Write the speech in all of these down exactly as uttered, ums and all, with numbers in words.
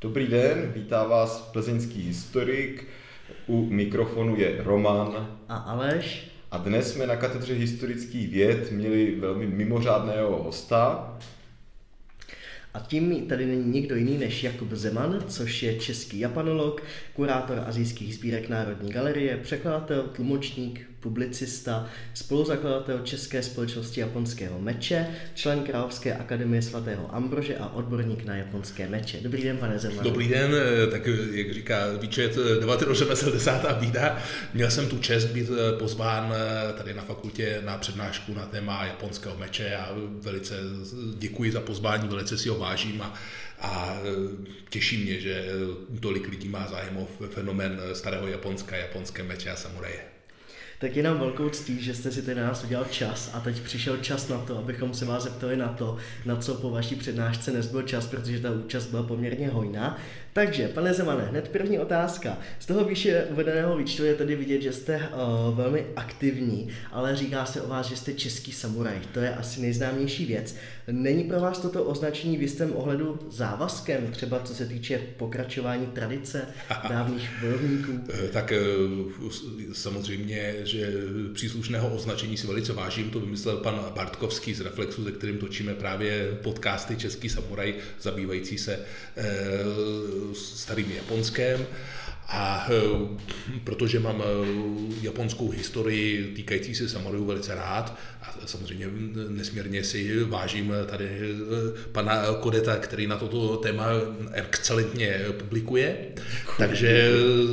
Dobrý den, vítá vás plzeňský historik, u mikrofonu je Roman a Aleš. A dnes jsme na katedře historických věd měli velmi mimořádného hosta. A tím tady není nikdo jiný než Jakub Zeman, což je český japanolog, kurátor asijských sbírek Národní galerie, překladatel, tlumočník, publicista, spoluzakladatel České společnosti japonského meče, člen Královské akademie svatého Ambrože a odborník na japonské meče. Dobrý den, pane Zeman. Dobrý den, tak jak říká výčet devateho řemesel desátá bída, měl jsem tu čest být pozván tady na fakultě na přednášku na téma japonského meče a velice děkuji za pozvání, velice si ho vážím a, a těší mě, že tolik lidí má zájem o fenomén starého Japonska, japonské meče a samuraje. Tak je nám velkou ctí, že jste si tady na nás udělal čas a teď přišel čas na to, abychom se vás zeptali na to, na co po vaší přednášce nezbyl čas, protože ta účast byla poměrně hojná. Takže, pane Zemane, hned první otázka. Z toho výše uvedeného výčtu je tedy vidět, že jste uh, velmi aktivní, ale říká se o vás, že jste český samuraj. To je asi nejznámější věc. Není pro vás toto označení v jistém ohledu závazkem, třeba co se týče pokračování tradice dávných bojovníků? Tak samozřejmě, že příslušného označení si velice vážím, to vymyslel pan Bartkovský z Reflexu, se kterým točíme právě podcasty Český samuraj, zabývající se e, starým Japonskem. A protože mám japonskou historii týkající se samurajů velice rád a samozřejmě nesmírně si vážím tady pana Kodeta, který na toto téma excelentně publikuje, takže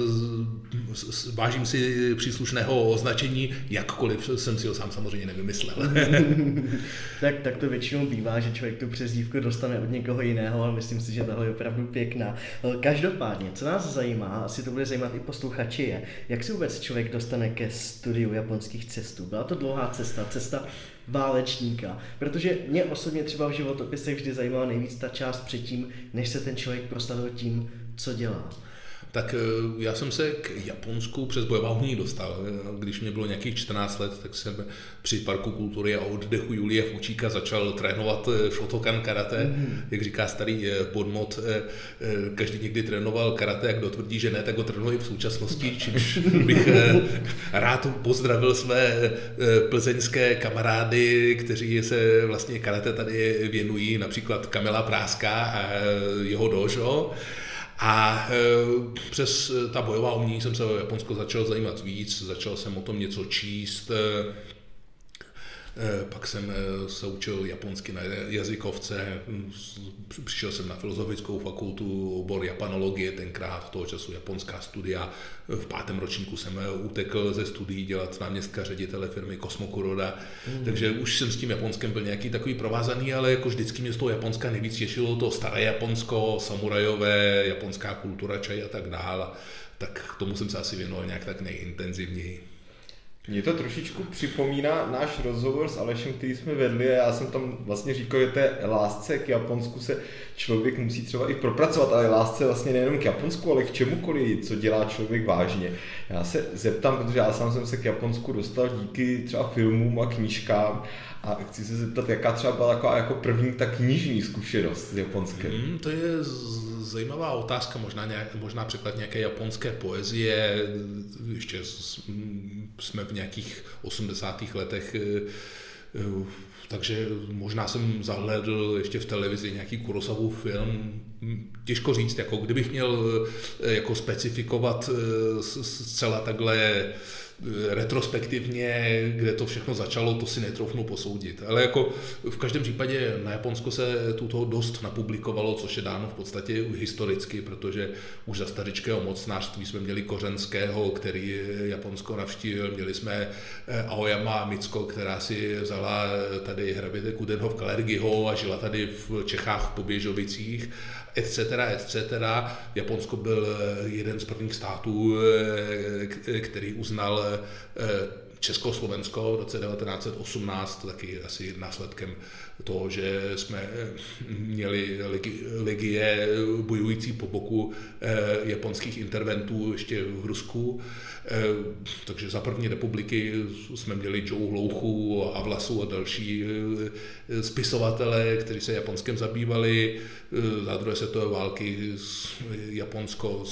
vážím si příslušného označení, jakkoliv jsem si ho sám samozřejmě nevymyslel. tak, tak to většinou bývá, že člověk tu přezdívku dostane od někoho jiného, ale myslím si, že tahle je opravdu pěkná. Každopádně, co nás zajímá, asi to bude zajímat i posluchači, je, jak se vůbec člověk dostane ke studiu japonských cestů. Byla to dlouhá cesta, cesta válečníka, protože mě osobně třeba v životopisech vždy zajímala nejvíc ta část předtím, než se ten člověk proslavil tím, co dělá. Tak já jsem se k Japonsku přes bojová umění dostal. Když mě bylo nějakých čtrnáct let, tak jsem při Parku kultury a oddechu Julie Fučíka začal trénovat Shotokan karate. Mm. Jak říká starý podmot, každý někdy trénoval karate, jak dotvrdí, že ne, tak ho trénuje v současnosti, čímž bych rád pozdravil své plzeňské kamarády, kteří se vlastně karate tady věnují, například Kamila Práska a jeho dojo. A e, přes ta bojová umění jsem se o Japonsko začal zajímat víc, začal jsem o tom něco číst, e, e, pak jsem se učil japonsky na jazykovce, přišel jsem na filozofickou fakultu, obor japanologie, tenkrát toho času japonská studia. V pátém ročníku jsem utekl ze studií dělat náměstka ředitele firmy Kosmokuroda, mm. takže už jsem s tím Japonskem byl nějaký takový provázaný, ale jako vždycky mě z toho Japonska nejvíc těšilo to staré Japonsko, samurajové, japonská kultura, čaj a tak dál. Tak tomu jsem se asi věnoval nějak tak nejintenzivněji. Mně to trošičku připomíná náš rozhovor s Alešem, který jsme vedli a já jsem tam vlastně říkal, že té lásce k Japonsku se člověk musí třeba i propracovat, ale lásce vlastně nejenom k Japonsku, ale k čemukoliv, co dělá člověk vážně. Já se zeptám, protože já sám jsem se k Japonsku dostal díky třeba filmům a knížkám a chci se zeptat, jaká třeba byla taková jako první ta knižní zkušenost s Japonskem. Hmm, to je zajímavá otázka, možná, nějak, možná překlad nějaké japonské poezie, ještě jsme v nějakých osmdesátých letech, takže možná jsem zahlédl ještě v televizi nějaký Kurosawův film. Těžko říct, jako kdybych měl jako specifikovat zcela takhle retrospektivně, kde to všechno začalo, to si netroufnu posoudit. Ale jako v každém případě na Japonsko se tuto dost napublikovalo, což je dáno v podstatě historicky, protože už za staričkého mocnářství jsme měli Kořenského, který Japonsko navštívil, měli jsme Aoyama Mitsuko, která si vzala tady hraběte Kudenhov Kalergiho a žila tady v Čechách po Běžovicích, et cetera, et cetera. Japonsko byl jeden z prvních států, který uznal Československo v roce devatenáct set osmnáct, taky asi následkem toho, že jsme měli legie bojující po boku japonských interventů ještě v Rusku. Takže za první republiky jsme měli Joe Hlouchu a Vlasu a další spisovatele, kteří se Japonskem zabývali. Za druhé světové války Japonsko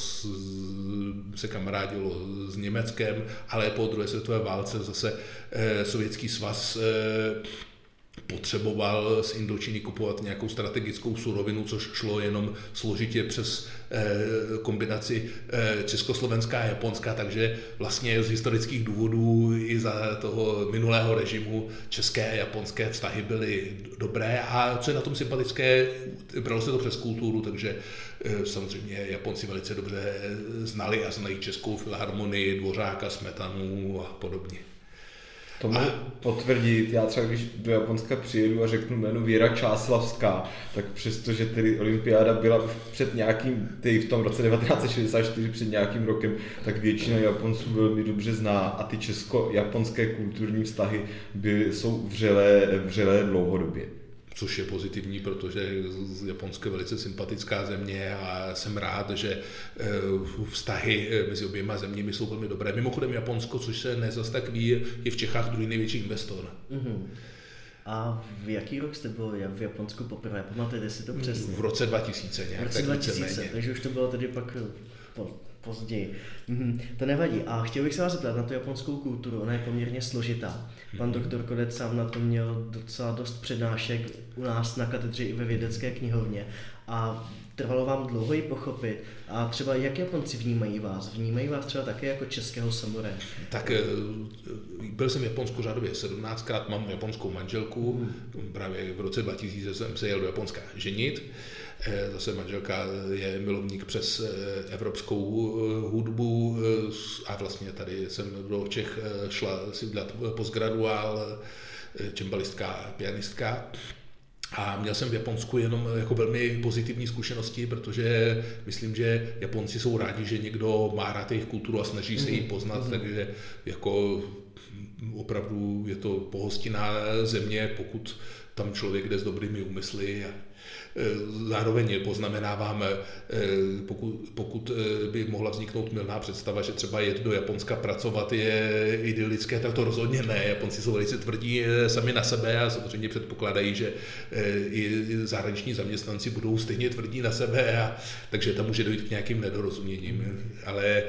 se kamarádilo s Německem, ale po druhé světové válce zase Sovětský svaz potřeboval z Indočíny kupovat nějakou strategickou surovinu, což šlo jenom složitě přes kombinaci československá a japonská, takže vlastně z historických důvodů i za toho minulého režimu české a japonské vztahy byly dobré a co je na tom sympatické, bralo se to přes kulturu, takže samozřejmě Japonci velice dobře znali a znají českou filharmonii, Dvořáka, Smetanu a podobně. To mohu potvrdit, já třeba když do Japonska přijedu a řeknu jméno Věra Čáslavská, tak přestože tedy olympiáda byla už před nějakým, tedy v tom roce devatenáct set šedesát čtyři před nějakým rokem, tak většina Japonců velmi dobře zná a ty česko-japonské kulturní vztahy byly, jsou vřelé, vřelé dlouhodobě. Což je pozitivní, protože Japonsko je velice sympatická země a jsem rád, že vztahy mezi oběma zeměmi jsou velmi dobré. Mimochodem Japonsko, což se nezas tak ví, je v Čechách druhý největší investor. Mm-hmm. A v jaký rok jste byl v Japonsku poprvé? Pamatujete si to přesně? V roce dva tisíce nějak. V roce dva tisíce, takže už to bylo tedy pak po, později. Mhm, to nevadí. A chtěl bych se vás zeptat na tu japonskou kulturu, ona je poměrně složitá. Pan doktor Kodec sám na to měl docela dost přednášek u nás na katedře i ve vědecké knihovně. A trvalo vám dlouho ji pochopit. A třeba jak Japonci vnímají vás? Vnímají vás třeba také jako českého samuraje? Tak byl jsem v Japonsku řádově sedmnáctkrát, mám japonskou manželku. Hmm. Právě v roce dva tisíce jsem se jel do Japonska ženit. Zase manželka je milovník přes evropskou hudbu a vlastně tady jsem do Čech šla si udělat postgraduál, čembalistka a pianistka. A měl jsem v Japonsku jenom jako velmi pozitivní zkušenosti, protože myslím, že Japonci jsou rádi, že někdo má rád jejich kulturu a snaží se ji poznat, mm-hmm. takže jako opravdu je to pohostinná země, pokud tam člověk jde s dobrými úmysly. A zároveň poznamenávám, pokud, pokud by mohla vzniknout mylná představa, že třeba jet do Japonska pracovat je idylické, tak to rozhodně ne. Japonci jsou velice tvrdí sami na sebe a samozřejmě předpokládají, že i zahraniční zaměstnanci budou stejně tvrdí na sebe, a, takže tam může dojít k nějakým nedorozuměním. Ale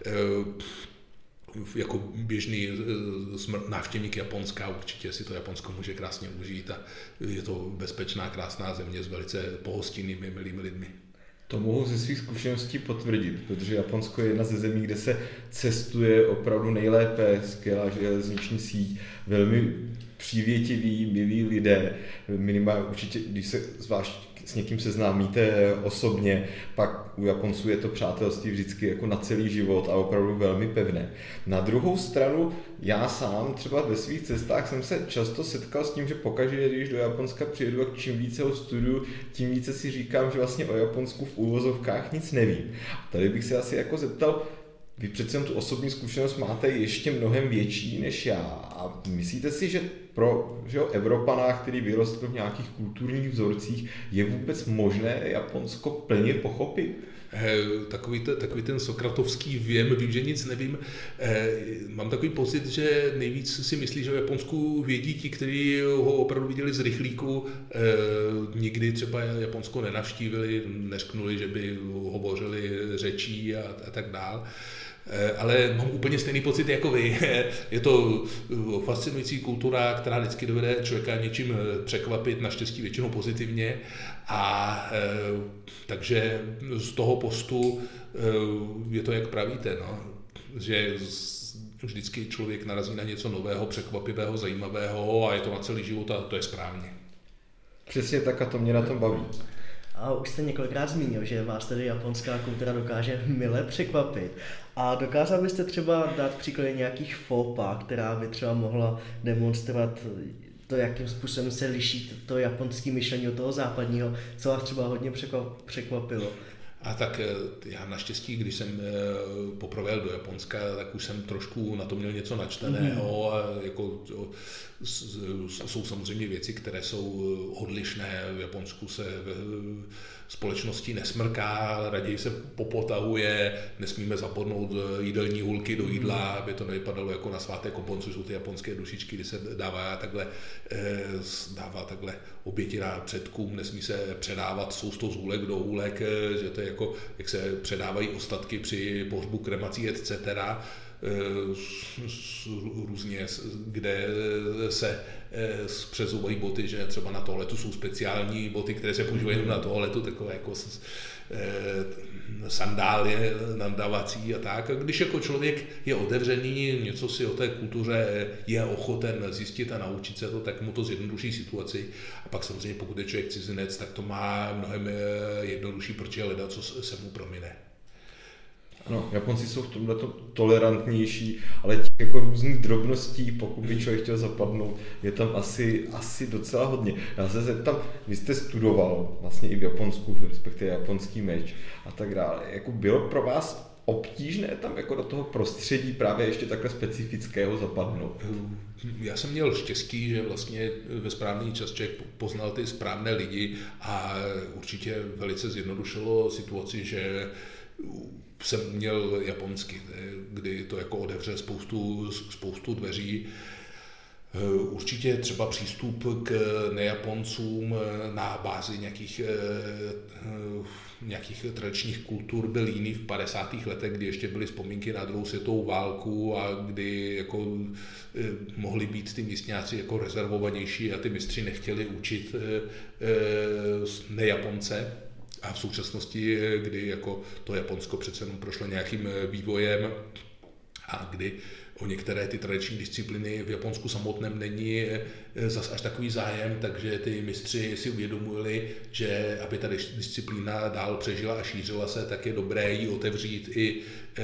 jako běžný návštěvník Japonska určitě si to Japonsko může krásně užít a je to bezpečná, krásná země s velice pohostinnými, milými lidmi. To mohu ze svých zkušeností potvrdit, protože Japonsko je jedna ze zemí, kde se cestuje opravdu nejlépe, skvělá železniční síť, velmi přívětiví, milí lidé, minimálně určitě, když se zvlášť s někým seznámíte osobně, pak u Japonců je to přátelství vždycky jako na celý život a opravdu velmi pevné. Na druhou stranu, já sám třeba ve svých cestách jsem se často setkal s tím, že pokaždé, když do Japonska přijedu a čím více ho studuju, tím více si říkám, že vlastně o Japonsku v úvozovkách nic nevím. Tady bych se asi jako zeptal, vy přece tu osobní zkušenost máte ještě mnohem větší než já. A myslíte si, že pro že jo, Evropana, který vyrostl v nějakých kulturních vzorcích, je vůbec možné Japonsko plně pochopit? Takový, te, takový ten sokratovský vím, vím, že nic nevím. Mám takový pocit, že nejvíc si myslí, že v Japonsku vědí ti, kteří ho opravdu viděli z rychlíku, nikdy třeba Japonsko nenavštívili, neřknuli, že by hovořili řečí a, a tak dál. Ale mám úplně stejný pocit jako vy. Je to fascinující kultura, která vždycky dovede člověka něčím překvapit, naštěstí většinou pozitivně. A takže z toho postu je to, jak pravíte, no, že vždycky člověk narazí na něco nového, překvapivého, zajímavého a je to na celý život a to je správně. Přesně tak a to mě na tom baví. A už jste několikrát zmínil, že vás tedy japonská kultura dokáže mile překvapit. A dokázal byste třeba dát příklady nějakých fópa, která by třeba mohla demonstrovat to, jakým způsobem se liší to japonské myšlení od toho západního, co vás třeba hodně překvapilo? A tak já naštěstí, když jsem poprvé jel do Japonska, tak už jsem trošku na to měl něco načteného mm. a jako, jsou samozřejmě věci, které jsou odlišné. V Japonsku se v společnosti nesmrká, ale raději se popotahuje, nesmíme zapodnout jídelní hůlky do jídla, aby to nevypadalo jako na svátek Obon, což jsou ty japonské dušičky, kdy se dává takhle, dává takhle oběti na předkům, nesmí se předávat sousto z hůlek do hůlek, že to je jako, jak se předávají ostatky při pohřbu, kremací et cetera různě, kde se přezouvají boty, že třeba na toaletu jsou speciální boty, které se používají jenom na toaletu, takové jako sandálie nandávací a tak. A když jako člověk je otevřený, něco si o té kultuře je ochoten zjistit a naučit se to, tak mu to zjednoduší situaci. A pak samozřejmě pokud je člověk cizinec, tak to má mnohem jednodušší, protože hledá, co se mu promine. Ano, Japonci jsou v tomhle tolerantnější, ale těch jako různých drobností, pokud by člověk chtěl zapadnout, je tam asi, asi docela hodně. Já se zeptám, vy jste studoval vlastně i v Japonsku, respektive japonský meč a tak dále. Jako bylo pro vás obtížné tam jako do toho prostředí právě ještě takhle specifického zapadnout? Já jsem měl štěstí, že vlastně ve správný čas člověk poznal ty správné lidi a určitě velice zjednodušilo situaci, že jsem měl japonsky, kdy to jako otevře spoustu, spoustu dveří. Určitě třeba přístup k nejaponcům na bázi nějakých, nějakých tradičních kultur byl jiný v padesátých letech, kdy ještě byly vzpomínky na druhou světovou válku a kdy jako mohli být ty místňáci jako rezervovanější a ty mistři nechtěli učit nejaponce. A v současnosti, kdy jako to Japonsko přece jenom prošlo nějakým vývojem a kdy o některé ty tradiční disciplíny v Japonsku samotném není zas až takový zájem, takže ty mistři si uvědomili, že aby ta disciplína dál přežila a šířila se, tak je dobré ji otevřít i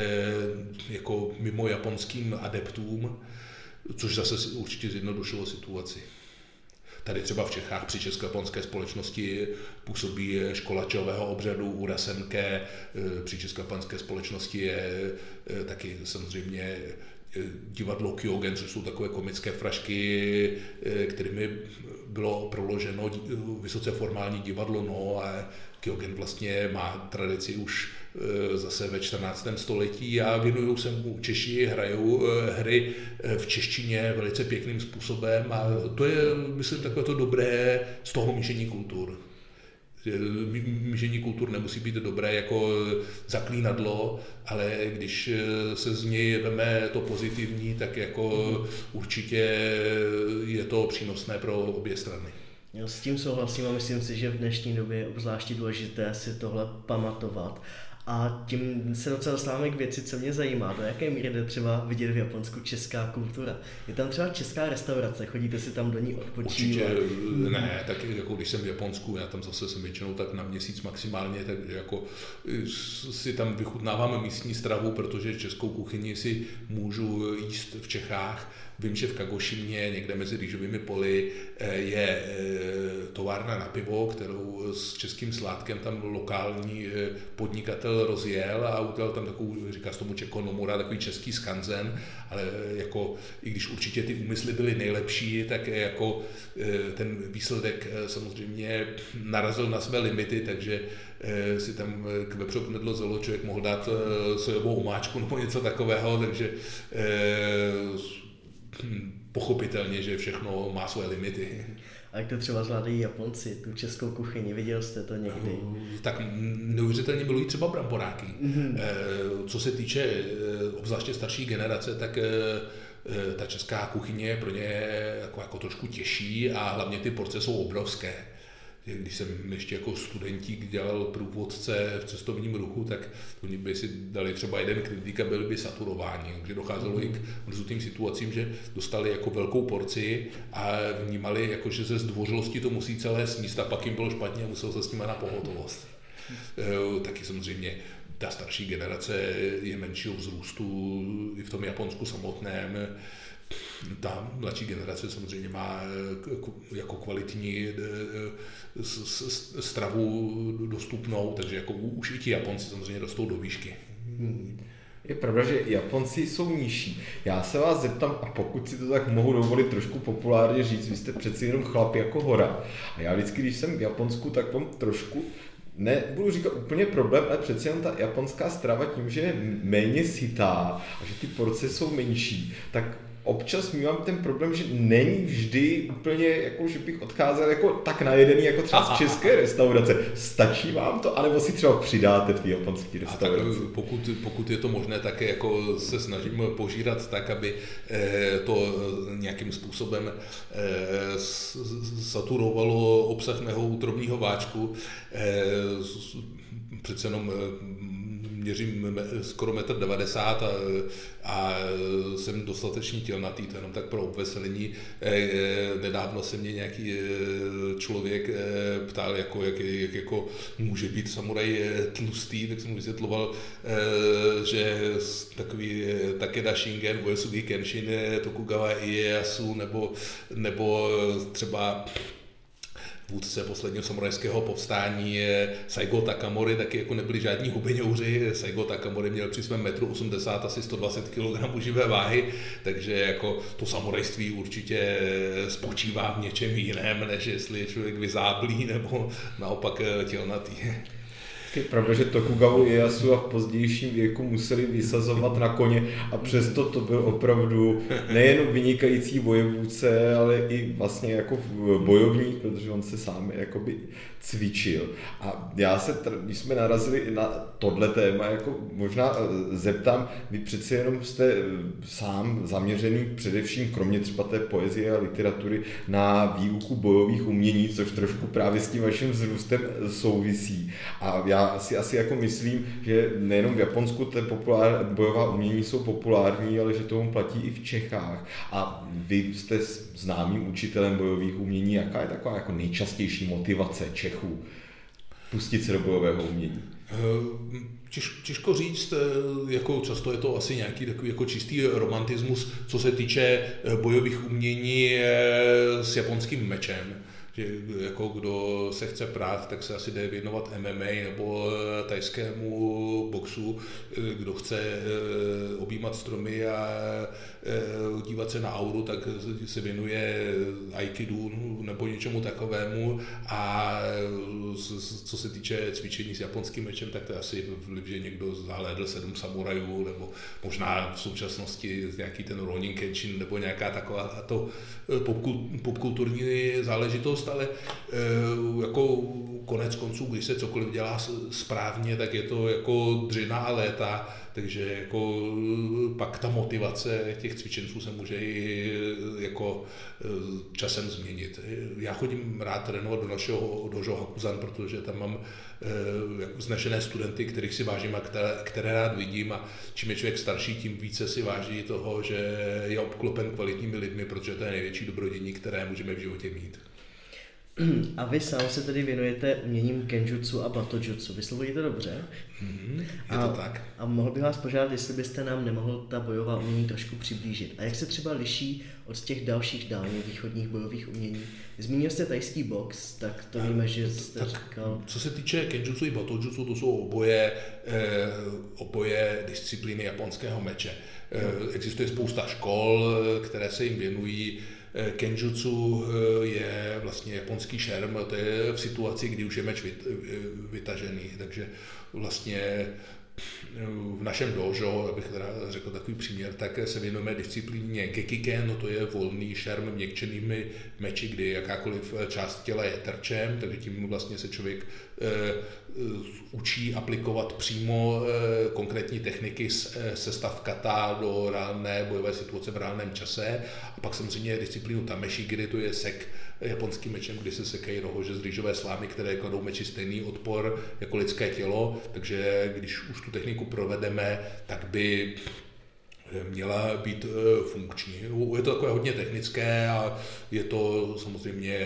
jako mimo japonským adeptům, což zase určitě zjednodušilo situaci. Tady třeba v Čechách při česko-japonské společnosti působí škola čajového obřadu Urasenke, při česko-japonské společnosti je taky samozřejmě divadlo Kyogen, což jsou takové komické frašky, kterými bylo proloženo vysoce formální divadlo, no a Kyogen vlastně má tradici už zase ve čtrnáctém století a věnují se mu Češi, hrajou hry v češtině velice pěkným způsobem a to je, myslím, takové to dobré z toho míšení kultur. Míšení kultur nemusí být dobré jako zaklínadlo, ale když se z něj veme to pozitivní, tak jako určitě je to přínosné pro obě strany. Jo, s tím souhlasím a myslím si, že v dnešní době je obzvláště důležité si tohle pamatovat. A tím se docela dostáváme k věci, co mě zajímá. Do jaké míry jde třeba vidět v Japonsku česká kultura? Je tam třeba česká restaurace, chodíte si tam do ní odpočívat? Určitě ne, tak jako když jsem v Japonsku, já tam zase jsem většinou tak na měsíc maximálně, takže jako si tam vychutnáváme místní stravu, protože českou kuchyni si můžu jíst v Čechách. Vím, že v Kagošimě, někde mezi rýžovými poli, je továrna na pivo, kterou s českým sládkem tam lokální podnikatel rozjel a udělal tam takovou, říká se tomu Čeko Nomura, takový český skanzen, ale jako, i když určitě ty úmysly byly nejlepší, tak jako ten výsledek samozřejmě narazil na své limity, takže si tam k vepřu knedlo zelo člověk mohl dát sojovou omáčku nebo něco takového, takže pochopitelně, že všechno má své limity. A jak to třeba zvládají Japonci, tu českou kuchyni, viděl jste to někdy? Tak neuvěřitelně milují třeba bramboráky. Mm-hmm. Co se týče obzvláště starší generace, tak ta česká kuchyně je pro ně jako, jako trošku těžší a hlavně ty porce jsou obrovské. Když jsem ještě jako studentík dělal průvodce v cestovním ruchu, tak oni by si dali třeba jeden knedlík a byli by saturováni. Takže docházelo i k různým situacím, že dostali jako velkou porci a vnímali, jako, že ze zdvořilosti to musí celé sníst a pak jim bylo špatně a musel se s nimi na pohotovost. Taky samozřejmě ta starší generace je menšího vzrůstu i v tom Japonsku samotném. ta mladší generace samozřejmě má jako kvalitní stravu dostupnou, takže jako už i ti Japonci samozřejmě rostou do výšky. Hmm. Je pravda, že Japonci jsou nižší. Já se vás zeptám, a pokud si to tak mohu dovolit trošku populárně říct, vy jste přeci jenom chlap jako hora. A já vždycky, když jsem v Japonsku, tak mám trošku, nebudu říkat úplně problém, ale přeci jenom ta japonská strava tím, že je méně sytá a že ty porce jsou menší, tak občas mívám ten problém, že není vždy úplně, jako, že bych odcházel jako tak najedený, jako třeba z české restaurace. Stačí vám to, anebo si třeba přidáte v té japonské restauraci? Tak, pokud, pokud je to možné, tak jako se snažím požírat tak, aby to nějakým způsobem saturovalo obsah mého útrobního váčku. Přece jenom měřím skoro metr devadesát a, a jsem dostatečně tělnatý, to jenom tak pro obveselení. Nedávno se mě nějaký člověk ptal, jako, jak, jak jako může být samuraj tlustý, tak jsem mu vysvětloval, že takový Takeda Shingen, Uesugi Kenshin, Tokugawa Ieyasu nebo, nebo třeba vůdce posledního samurajského povstání Saigo Takamori, taky jako nebyli žádní hubeňouři. Saigo Takamori měl při svém metru osmdesát asi sto dvacet kilogramů živé váhy, takže jako to samurajství určitě spočívá v něčem jiném, než jestli je člověk vyzáblý nebo naopak tělnatý. Je pravda, že Tokugawa Ieyasu a v pozdějším věku museli vysazovat na koně a přesto to byl opravdu nejen vynikající vojevůdce, ale i vlastně jako bojovník, protože on se sám jakoby cvičil. A já se, když jsme narazili na tohle téma, jako možná zeptám, vy přeci jenom jste sám zaměřený především, kromě třeba té poezie a literatury, na výuku bojových umění, což trošku právě s tím vaším vzrůstem souvisí. A já si asi jako myslím, že nejenom v Japonsku ty populár, bojová umění jsou populární, ale že tomu platí i v Čechách. A vy jste známým učitelem bojových umění, jaká je taková jako nejčastější motivace Čechů pustit se do bojového umění? Těž, těžko říct, jako často je to asi nějaký takový jako čistý romantismus, co se týče bojových umění s japonským mečem. Že jako kdo se chce prát, tak se asi jde věnovat M M A nebo thajskému boxu, kdo chce objímat stromy a dívat se na auru, tak se věnuje aikidu nebo něčemu takovému. A co se týče cvičení s japonským mečem, tak to je asi vliv, že někdo zahlédl sedm samurajů, nebo možná v současnosti nějaký ten Ronin Kenshin nebo nějaká taková to popkulturní záležitost, ale jako konec konců, když se cokoliv dělá správně, tak je to jako dřina a léta, takže jako pak ta motivace těch cvičenců se může i jako časem změnit. Já chodím rád trénovat do našeho dojo Hakuzan, protože tam mám vznešené studenty, kterých si vážím a které, které rád vidím, a čím je člověk starší, tím více si váží toho, že je obklopen kvalitními lidmi, protože to je největší dobrodění, které můžeme v životě mít. A vy sám se tedy věnujete uměním kenjutsu a batojutsu. Vyslovuji to dobře? Mm, je a, to tak. A mohl bych vás požádat, jestli byste nám nemohl ta bojová umění trošku přiblížit. A jak se třeba liší od těch dalších dálně východních bojových umění? Zmínil jste thajský box, tak to víme, že jste tak, říkal... Co se týče kenjutsu i batojutsu, to jsou oboje, eh, oboje disciplíny japonského meče. Eh, existuje spousta škol, které se jim věnují. Kenjutsu je vlastně japonský šerm, to je v situaci, kdy už je meč vytažený, takže vlastně v našem dojo, abych teda řekl takový příměr, tak se věnujeme disciplíně gekiken, no to je volný šerm měkčenými meči, kdy jakákoliv část těla je terčem, takže tím vlastně se člověk e, učí aplikovat přímo e, konkrétní techniky z e, sestav kata do reálné bojové situace v reálném čase. A pak samozřejmě disciplínu tameshi, kdy to je sek japonským mečem, kdy se sekají rohože z rýžové slámy, které kladou meči stejný odpor jako lidské tělo, takže když už tu techniku provedeme, tak by měla být funkční. Je to takové hodně technické a je to samozřejmě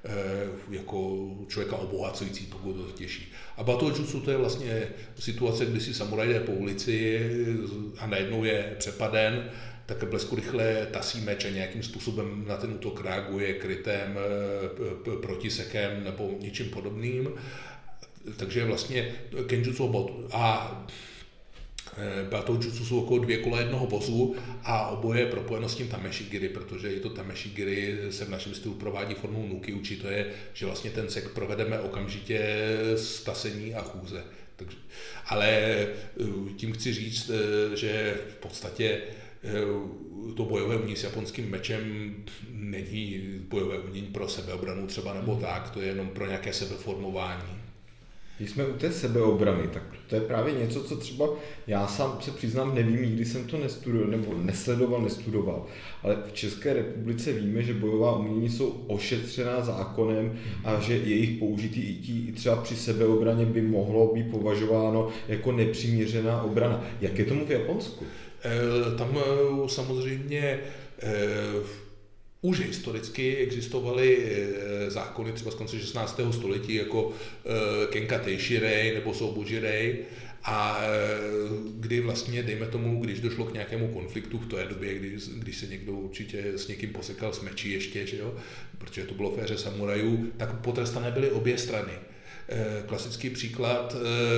jako člověka obohacující, pokud to těší. A batojutsu to je vlastně situace, kdy si samuraj jde po ulici a najednou je přepaden, tak blesku rychle tasí meč a nějakým způsobem na ten útok reaguje krytem, protisekem nebo něčím podobným. Takže vlastně kenjutsu a Batojutsu jsou okolo dvě kola jednoho vozu a oboje je propojeno s tím tameshigiri, protože i to tameshigiri se v našem stylu provádí formou nuki-uchi, to je, že vlastně ten sek provedeme okamžitě z tasení a chůze. Takže, ale tím chci říct, že v podstatě to bojové umění s japonským mečem není bojové umění pro sebeobranu třeba nebo tak, to je jenom pro nějaké sebeformování. Když jsme u té sebeobrany, tak to je právě něco, co třeba já sám se přiznám, nevím, nikdy jsem to nestudoval, nebo nesledoval, nestudoval, ale v České republice víme, že bojová umění jsou ošetřená zákonem a že jejich použití i, tí, i třeba při sebeobraně by mohlo být považováno jako nepřiměřená obrana. Jak je tomu v Japonsku? E, tam samozřejmě e, už historicky existovaly zákony třeba z konce šestnáctého století jako Kenka Teishirei nebo Soubojirei a kdy vlastně, dejme tomu, když došlo k nějakému konfliktu v té době, když, když se někdo určitě s někým posekal s meči ještě, že jo, protože to bylo v éře samurajů, tak potrestané byly obě strany. Klasický příklad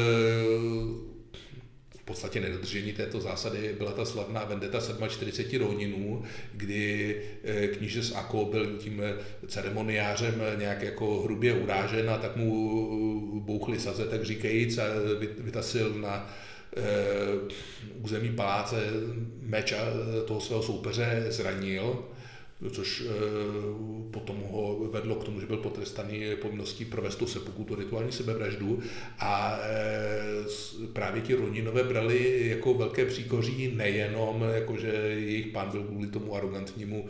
v podstatě nedodržení této zásady byla ta slavná vendeta čtyřicet sedm roninů, kdy kníže z Ako byl tím ceremoniářem nějak jako hrubě urážen a tak mu bouchli saze, tak říkajíc, a vytasil na území paláce meč a toho svého soupeře zranil, což potom ho vedlo k tomu, že byl potrestaný povinností provést tu seppuku, tu rituální sebevraždu a právě ti roninové brali jako velké příkoří nejenom, jako že jejich pán byl kvůli tomu arrogantnímu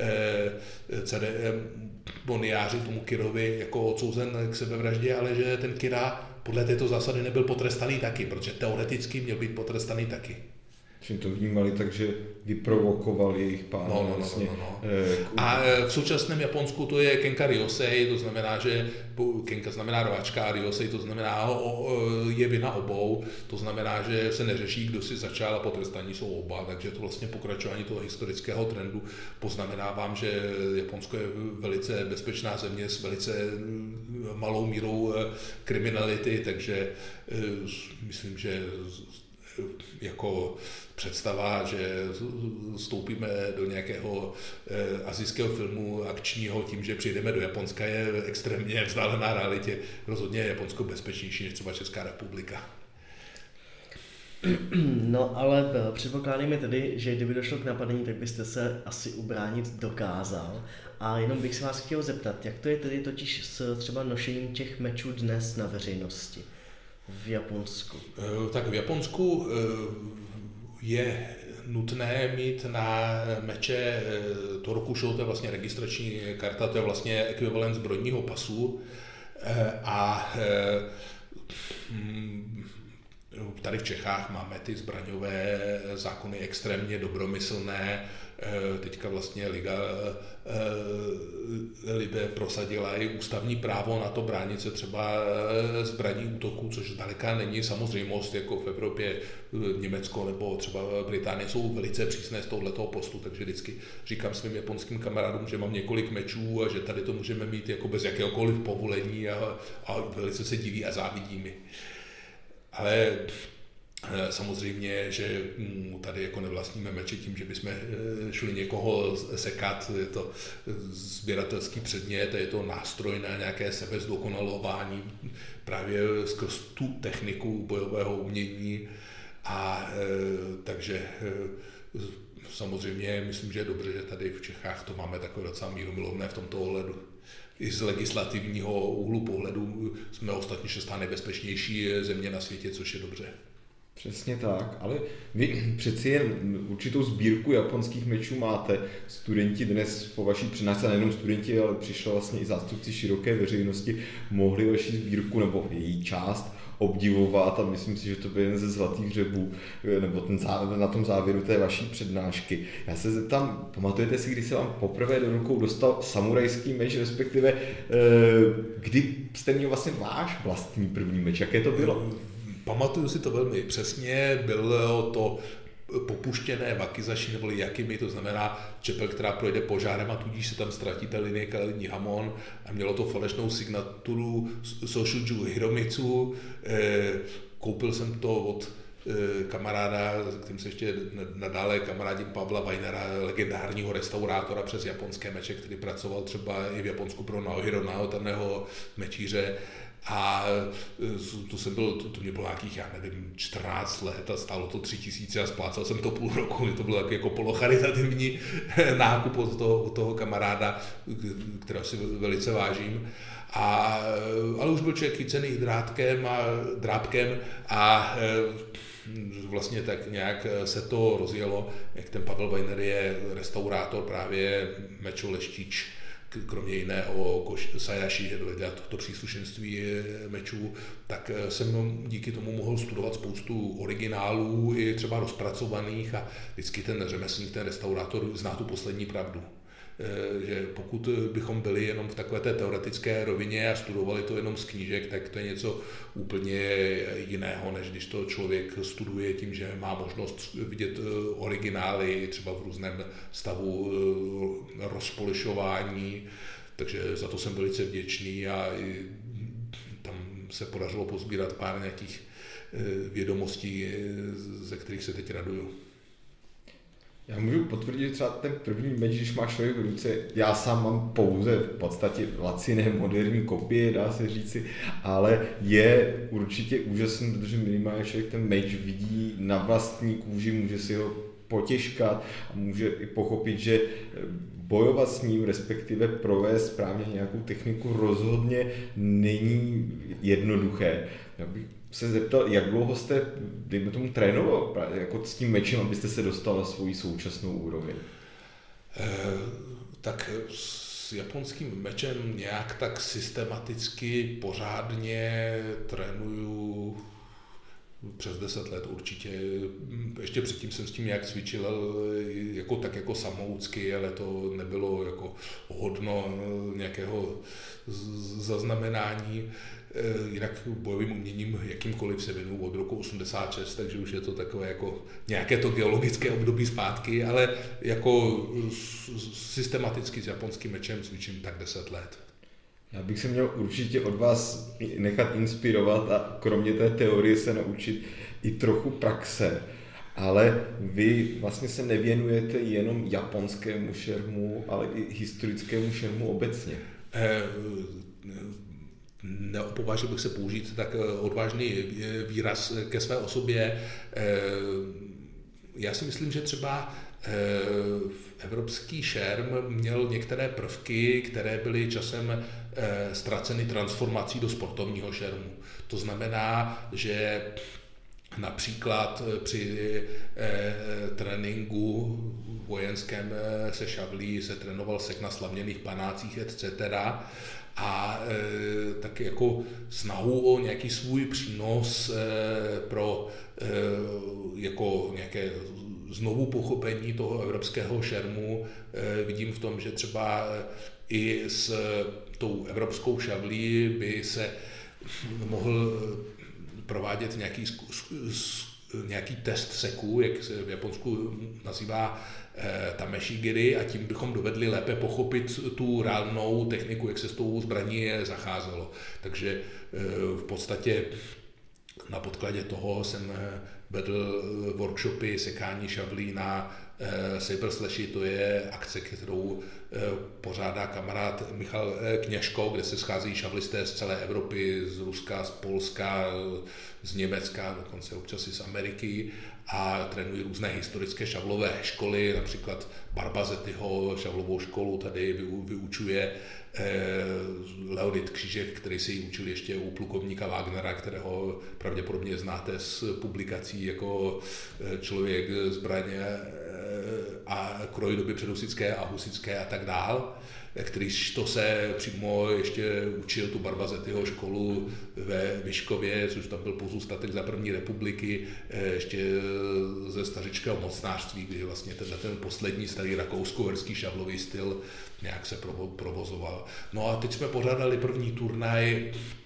ceremoniáři, tomu Kirovi, jako odsouzen k sebevraždě, ale že ten Kira podle této zásady nebyl potrestaný taky, protože teoreticky měl být potrestaný taky. Čím to vnímali, takže vyprovokovali jejich pána. No, no, vlastně, no, no, no. Eh, a v současném Japonsku to je Kenka Ryosei, to znamená, že Kenka znamená rvačka a Ryosei to znamená, je vina obou, to znamená, že se neřeší, kdo si začal a potrestaní jsou oba, takže to vlastně pokračování toho historického trendu poznamenávám, že Japonsko je velice bezpečná země s velice malou mírou kriminality, takže myslím, že jako představa, že vstoupíme do nějakého eh, asijského filmu akčního tím, že přijdeme do Japonska, je extrémně vzdálená realitě. Rozhodně je Japonsko bezpečnější než třeba Česká republika. No ale předpokládáme tedy, že kdyby došlo k napadení, tak byste se asi ubránit dokázal. A jenom bych se vás chtěl zeptat, jak to je tedy totiž s třeba nošením těch mečů dnes na veřejnosti v Japonsku? Tak v Japonsku je nutné mít na meče Torukusho, to je vlastně registrační karta, to je vlastně ekvivalent zbrojního pasu a tady v Čechách máme ty zbraňové zákony extrémně dobromyslné. Teďka vlastně Liga Libe prosadila i ústavní právo na to bránit se třeba zbraní útoků, což zdaleka není samozřejmost, jako v Evropě Německo nebo třeba Británie jsou velice přísné z tohoto postu, takže vždycky říkám svým japonským kamarádům, že mám několik mečů a že tady to můžeme mít jako bez jakéhokoliv povolení a, a velice se diví a závidí mi. Ale samozřejmě, že tady jako nevlastníme meče tím, že bychom šli někoho sekat, je to sběratelský předmět, je to nástroj na nějaké sebezdokonalování právě skrz tu techniku bojového umění a takže samozřejmě myslím, že je dobře, že tady v Čechách to máme takové docela mírumilovné v tomto ohledu. I z legislativního úhlu pohledu jsme ostatně šestá nejbezpečnější země na světě, což je dobře. Přesně tak, ale vy přeci jen určitou sbírku japonských mečů máte. Studenti dnes po vaší přednášce, nejenom studenti, ale přišli vlastně i zástupci široké veřejnosti, mohli vaši sbírku nebo její část obdivovat a myslím si, že to byl jeden ze zlatých hřebů, nebo ten závěr, na tom závěru té vaší přednášky. Já se zeptám, pamatujete si, kdy se vám poprvé do rukou dostal samurajský meč, respektive kdy jste měl vlastně váš vlastní první meč, jaké to bylo? Pamatuju si to velmi přesně, bylo to popuštěné wakizashi neboli jakimi, to znamená čepel, která projde požárem a tudíž se tam ztratí ta linie Kalední Hamon a mělo to falešnou signaturu Soshuju Hiromitsu. Koupil jsem to od kamaráda, kterým se ještě nadále kamarádím Pavla Weinera, legendárního restaurátora přes japonské meče, který pracoval třeba i v Japonsku pro Naohiro Naotaného mečíře. A to jsem byl, to, to mě bylo nějakých, já nevím, čtrnáct let a stálo to tři tisíce a splácel jsem to půl roku, to bylo jako polocharitativní nákup od toho, od toho kamaráda, kterého si velice vážím. A, ale už byl člověk chycený drátkem a drápkem a vlastně tak nějak se to rozjelo, jak ten Pavel Weiner je restaurátor právě Mečo Leštič, kromě jiného Sayashi, že dovedla toto příslušenství mečů, tak jsem díky tomu mohl studovat spoustu originálů, i třeba rozpracovaných a vždycky ten řemeslník, ten restaurátor zná tu poslední pravdu. Že pokud bychom byli jenom v takové té teoretické rovině a studovali to jenom z knížek, tak to je něco úplně jiného, než když to člověk studuje tím, že má možnost vidět originály třeba v různém stavu rozpolišování, takže za to jsem velice vděčný a tam se podařilo pozbírat pár nějakých vědomostí, ze kterých se teď raduju. Já můžu potvrdit třeba ten první meč, když máš člověk v ruce, já sám mám pouze v podstatě laciné moderní kopie, dá se říci, ale je určitě úžasný, protože minimálně člověk ten meč vidí na vlastní kůži, může si ho potěžkat a může i pochopit, že bojovat s ním, respektive provést správně nějakou techniku rozhodně není jednoduché. Já bych se zeptal, jak dlouho jste, dejme tomu, trénoval jako s tím mečem, abyste se dostal na svoji současnou úroveň? E, tak s japonským mečem nějak tak systematicky, pořádně trénuju přes deset let určitě. Ještě předtím jsem s tím nějak cvičil jako, tak jako samoucky, ale to nebylo jako hodno nějakého zaznamenání. Jinak bojovým uměním jakýmkoliv se věnuju od roku osmdesát šest, takže už je to takové jako nějaké to geologické období zpátky, ale jako systematicky s japonským mečem cvičím tak deset let. Já bych se měl určitě od vás nechat inspirovat a kromě té teorie se naučit i trochu praxe. Ale vy vlastně se nevěnujete jenom japonskému šermu, ale i historickému šermu obecně. Eh, Neopovážil bych se použít tak odvážný výraz ke své osobě. Já si myslím, že třeba evropský šerm měl některé prvky, které byly časem ztraceny transformací do sportovního šermu. To znamená, že například při tréninku vojenském se šavlí se trénoval sek na slaměných panácích et cetera. A e, tak jako snahu o nějaký svůj přínos e, pro e, jako nějaké znovu pochopení toho evropského šermu e, vidím v tom, že třeba i s tou evropskou šavlí by se mohl provádět nějaký, nějaký test seku, jak se v Japonsku nazývá tameshigiri, a tím bychom dovedli lépe pochopit tu reálnou techniku, jak se s tou zbraní zacházelo. Takže v podstatě na podkladě toho jsem vedl workshopy sekání šavlí na Saber Slashi, to je akce, kterou pořádá kamarád Michal Kněžko, kde se scházejí šavlisté z celé Evropy, z Ruska, z Polska, z Německa, dokonce občas i z Ameriky, a trénují různé historické šavlové školy, například Barbazettiho šavlovou školu tady vyučuje Leonid Křížek, který se ji učil ještě u plukovníka Wagnera, kterého pravděpodobně znáte z publikací jako Člověk, zbraně a kroj doby předhusické a husické a tak dál, kterýž to se přímo ještě učil tu Barbazettiho školu ve Vyškově, což tam byl pozůstatek za první republiky, ještě ze stařičského mocnářství, kdy vlastně ten, ten poslední starý rakousko-uherský šavlový styl nějak se provozoval. No a teď jsme pořádali první turnaj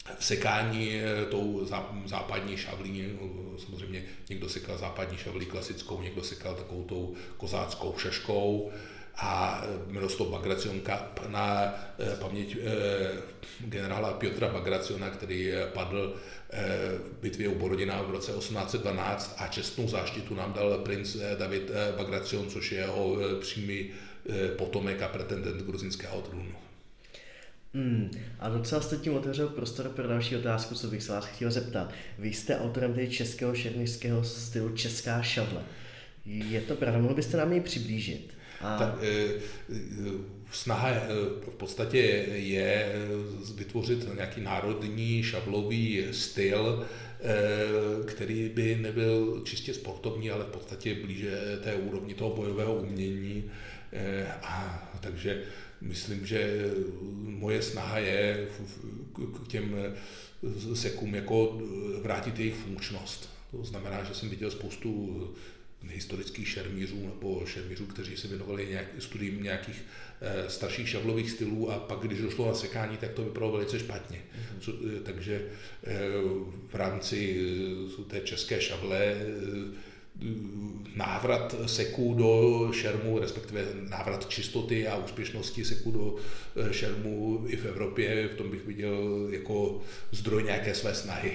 sekání tou západní šavlí, samozřejmě někdo sekal západní šavlí klasickou, někdo sekal takovou tou kozáckou šeškou a Miroslav Bagration na paměť generála Piotra Bagrationa, který padl v bitvě u Borodina v roce osmnáct set dvanáct a čestnou záštitu nám dal princ David Bagration, což je jeho přímý potomek a pretendent gruzínského trůnu. Hmm. A docela jste tím otevřel prostor pro další otázku, co bych se vás chtěl zeptat. Vy jste autorem tedy českého šermířského stylu Česká šavle. Je to pravda? Mohl byste nám ji přiblížit? A... Tak, snaha v podstatě je vytvořit nějaký národní šavlový styl, který by nebyl čistě sportovní, ale v podstatě blíže té úrovni toho bojového umění. A takže myslím, že moje snaha je k těm sekům jako vrátit jejich funkčnost. To znamená, že jsem viděl spoustu historických šermířů nebo šermířů, kteří se věnovali nějak, studiím nějakých eh, starších šavlových stylů a pak, když došlo na sekání, tak to vypadalo velice špatně. Mm-hmm. Co, eh, takže eh, v rámci eh, té české šavle eh, návrat seků do šermu, respektive návrat čistoty a úspěšnosti seků do eh, šermu i v Evropě, v tom bych viděl jako zdroj nějaké své snahy.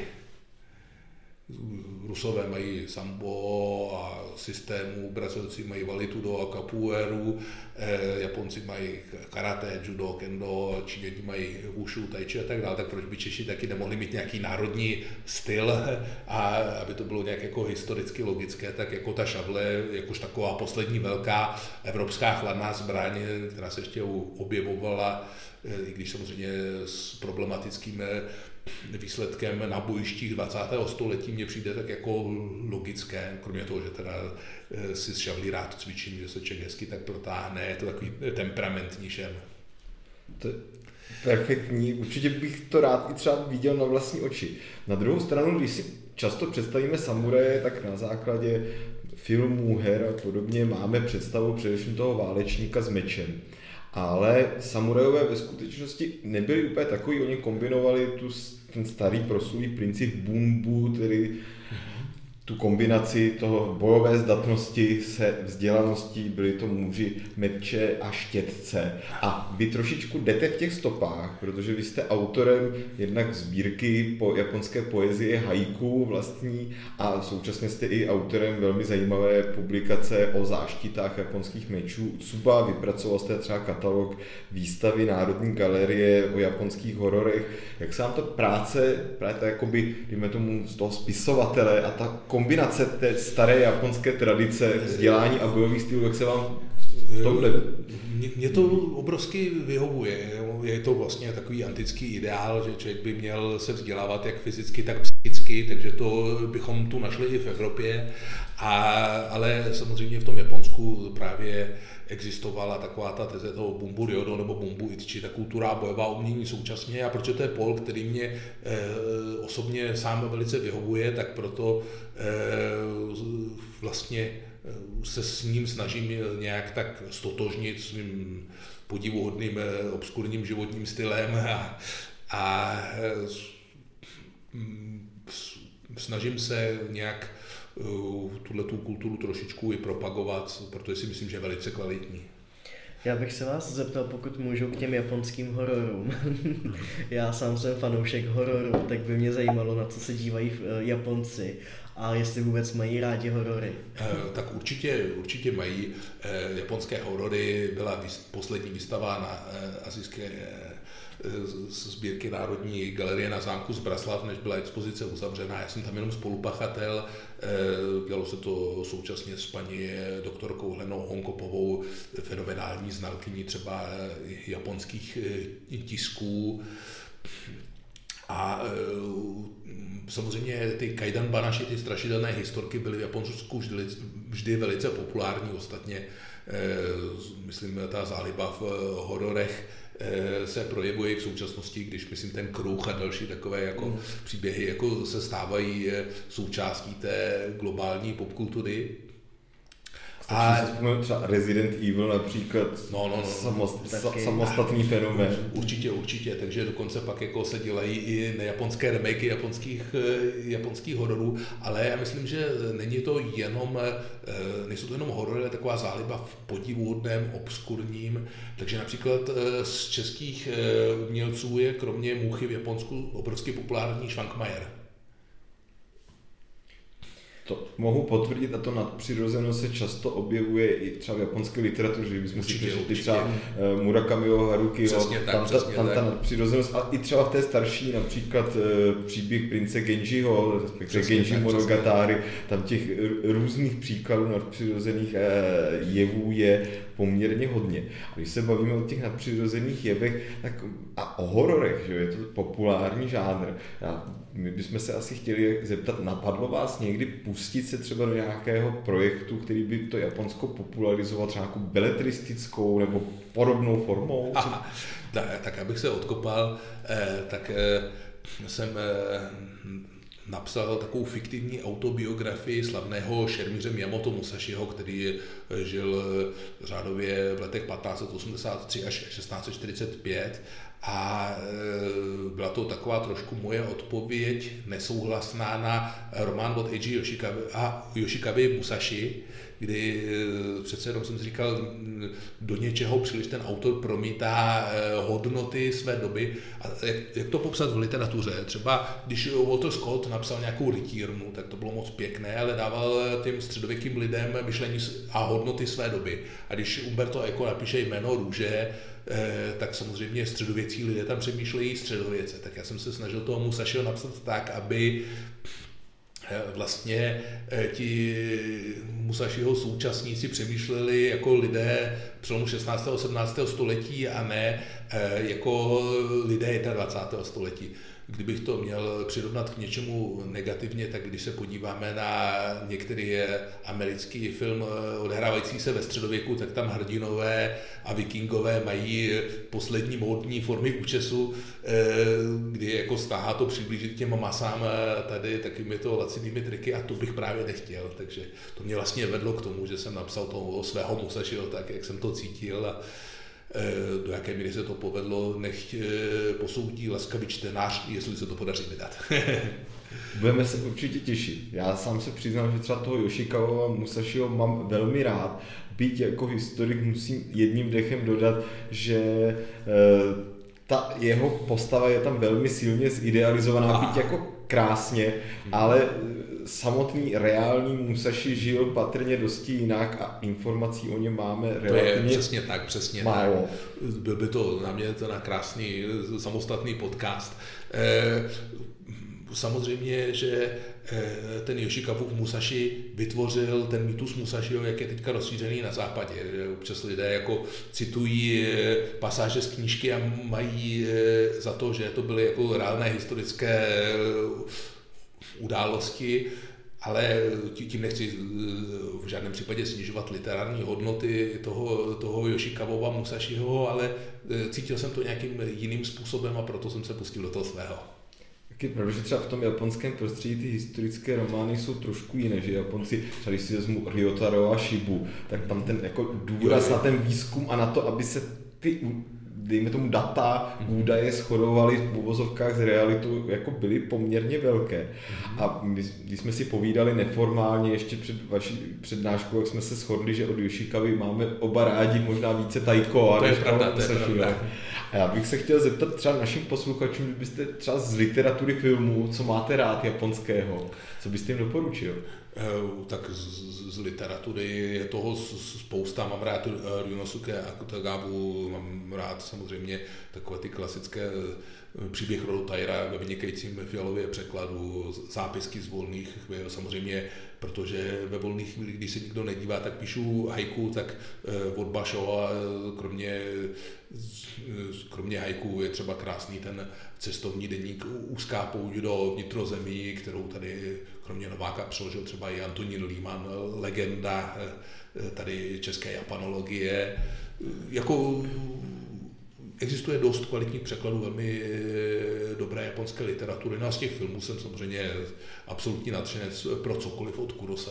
Rusové mají sambo a systému, Brazilci mají valitudo a capoeiru, eh, Japonci mají karate, judo, kendo, Číňani mají wushu, tai chi a tak dále, tak proč by Češi taky nemohli mít nějaký národní styl a aby to bylo nějak jako historicky logické, tak jako ta šavle, jakož taková poslední velká evropská chladná zbraň, která se ještě objevovala, i když samozřejmě s problematickým výsledkem na bojištích dvacátého století mně přijde tak jako logické, kromě toho, že teda si s šavlí rád cvičím, že se člověk hezky tak protáhne, je to takový temperamentní šerm. To je perfektní, určitě bych to rád i třeba viděl na vlastní oči. Na druhou stranu, když si často představíme samuraje, tak na základě filmů, her a podobně máme představu především toho válečníka s mečem. Ale samurajové ve skutečnosti nebyli úplně takový, oni kombinovali tu, ten starý proslulý princip bumbu, tedy tu kombinaci toho bojové zdatnosti se vzdělaností, byli to muži meče a štětce. A vy trošičku jdete v těch stopách, protože vy jste autorem jednak sbírky po japonské poezie haiku vlastní a současně jste i autorem velmi zajímavé publikace o záštitách japonských mečů. Tsuba, vypracoval jste třeba katalog výstavy Národní galerie o japonských hororech. Jak se vám ta práce, právě ta jakoby, dejme tomu z toho spisovatele a ta kombinace té staré japonské tradice, vzdělání a bojových stylů, jak se vám v tomhle... Mně to obrovsky vyhovuje. Je to vlastně takový antický ideál, že člověk by měl se vzdělávat jak fyzicky, tak psychicky, takže to bychom tu našli i v Evropě. A, ale samozřejmě v tom Japonsku právě existovala taková ta teze toho bumbu ryodo nebo bumbu itchi, ta kultura a bojová umění současně. A protože to je pol, který mě e, osobně sám velice vyhovuje, tak proto e, vlastně se s ním snažím nějak tak stotožnit svým podivuhodným obskurním životním stylem a, a snažím se nějak tuhletu kulturu trošičku i propagovat, protože si myslím, že je velice kvalitní. Já bych se vás zeptal, pokud můžu, k těm japonským hororům. Já sám jsem fanoušek hororů, tak by mě zajímalo, na co se dívají Japonci a jestli vůbec mají rádi horory. Tak určitě, určitě mají. Japonské horory byla poslední výstava na asijské sbírky Národní galerie na zámku Zbraslav, než byla expozice uzavřená. Já jsem tam jenom spolupachatel. Dělalo se to současně s paní doktorkou Helenou Honkopovou, fenomenální znalkyní třeba japonských tisků. A samozřejmě ty kaidan banashi, ty strašidelné historky, byly v Japonsku vždy, vždy velice populární. Ostatně myslím, ta záliba v hororech se projevuje v současnosti, když myslím ten Kruh a další takové jako mm. příběhy jako se stávají součástí té globální popkultury. A si vzpomínám třeba Resident Evil například, no, no, no, samost, sa, samostatný fenomén. Určitě, určitě, takže dokonce pak jako se dělají i nejaponské remakey japonských, japonských hororů, ale já myslím, že není to jenom, nejsou to jenom horory, ale taková záliba v podivuhodném, obskurním, takže například z českých umělců je kromě Muchy v Japonsku obrovsky populární Švankmajer. To mohu potvrdit a to nadpřirozeno se často objevuje i třeba v japonské literatuře, že bychom si přečetli třeba Murakamiho Harukiho, tam, ta, tam ta nadpřirozenost a i třeba v té starší například příběh prince Genjiho, respektive Genji Monogatari, tam těch různých příkladů nadpřirozených jevů je poměrně hodně. A když se bavíme o těch nadpřirozených jevech tak a o hororech, že je to populární žánr, já, my bychom se asi chtěli zeptat, napadlo vás někdy pustit se třeba do nějakého projektu, který by to Japonsko popularizoval třeba nějakou beletristickou nebo podobnou formou? Aha, tak abych se odkopal, tak jsem napsal takovou fiktivní autobiografii slavného šermíře Miyamoto Musashiho, který žil řádově v letech patnáct set osmdesát tři až šestnáct set čtyřicet pět a byla to taková trošku moje odpověď nesouhlasná na román od Eiji Yoshikawa a Yoshikawy Musashi, kdy přece jenom jsem si říkal, do něčeho příliš ten autor promítá hodnoty své doby. A jak, jak to popsat v literatuře? Třeba když Walter Scott napsal nějakou rytírnu, tak to bylo moc pěkné, ale dával těm středověkým lidem myšlení a hodnoty své doby. A když Umberto Eco napíše Jméno růže, tak samozřejmě středověcí lidé tam přemýšlejí středověce. Tak já jsem se snažil toho Musashiho napsat tak, aby vlastně ti Musashiho současníci přemýšleli jako lidé přelomu šestnáctého a sedmnáctého století a ne jako lidé dvacátého prvního století. Kdybych to měl přirovnat k něčemu negativně, tak když se podíváme na některý americký film odehrávající se ve středověku, tak tam hrdinové a vikingové mají poslední módní formy účesu, kdy jako stáhá to přiblížit těm masám tady takými to lacinými triky a to bych právě nechtěl. Takže to mě vlastně vedlo k tomu, že jsem napsal toho svého Musashiho tak, jak jsem to cítil a do jaké míry se to povedlo, nechť posoudí laskavý čtenář, jestli se to podaří vydat. Budeme se určitě těšit. Já sám se přiznám, že třeba toho Yoshikawa Musashiho mám velmi rád. Byť jako historik musím jedním dechem dodat, že e, ta jeho postava je tam velmi silně zidealizovaná, byť jako krásně, ale samotný reální Musashi žil patrně dosti jinak a informací o něm máme relativně to je přesně tak, přesně málo. Tak. Byl by to na mě to na krásný samostatný podcast. E, samozřejmě, že ten Yoshikawův Musashi vytvořil ten mýtus Musashiho, jak je teďka rozšířený na západě. Občas lidé jako citují pasáže z knížky a mají za to, že to byly jako reálné historické události, ale tím nechci v žádném případě snižovat literární hodnoty toho, toho Yoshikawova Musashiho, ale cítil jsem to nějakým jiným způsobem a proto jsem se pustil do toho svého. Tak je pravda, že třeba v tom japonském prostředí ty historické romány jsou trošku jiné, že Japonci, třeba když si vezmu Ryotaro a Shibu, tak tam ten jako důraz na ten výzkum a na to, aby se ty dejme tomu data, údaje shodovaly v uvozovkách s realitou, jako byly poměrně velké. A my, když jsme si povídali neformálně ještě před vaší přednáškou, jak jsme se shodli, že od Yoshikawy máme oba rádi možná více Taiko. To je pravda, to je pravda. A já bych se chtěl zeptat třeba našim posluchačům, kdybyste třeba z literatury filmů, co máte rád japonského, co byste jim doporučil? Tak z, z literatury je toho spousta, mám rád Ryunosuke Akutagawu, mám rád samozřejmě takové ty klasické příběh rodu Taira ve vynikajícím fialově překladu, zápisky z volných chvíl, samozřejmě, protože ve volných chvílích, když se nikdo nedívá, tak píšu haiku, tak od Basho a kromě, kromě haiku je třeba krásný ten cestovní deník Úzká pouť do vnitrozemí, kterou tady kromě Nováka přeložil třeba i Antonín Líman, legenda tady české japanologie. Jako existuje dost kvalitních překladů velmi dobré japonské literatury. No a z těch filmů jsem samozřejmě absolutní nadšenec pro cokoliv od Kurosavy.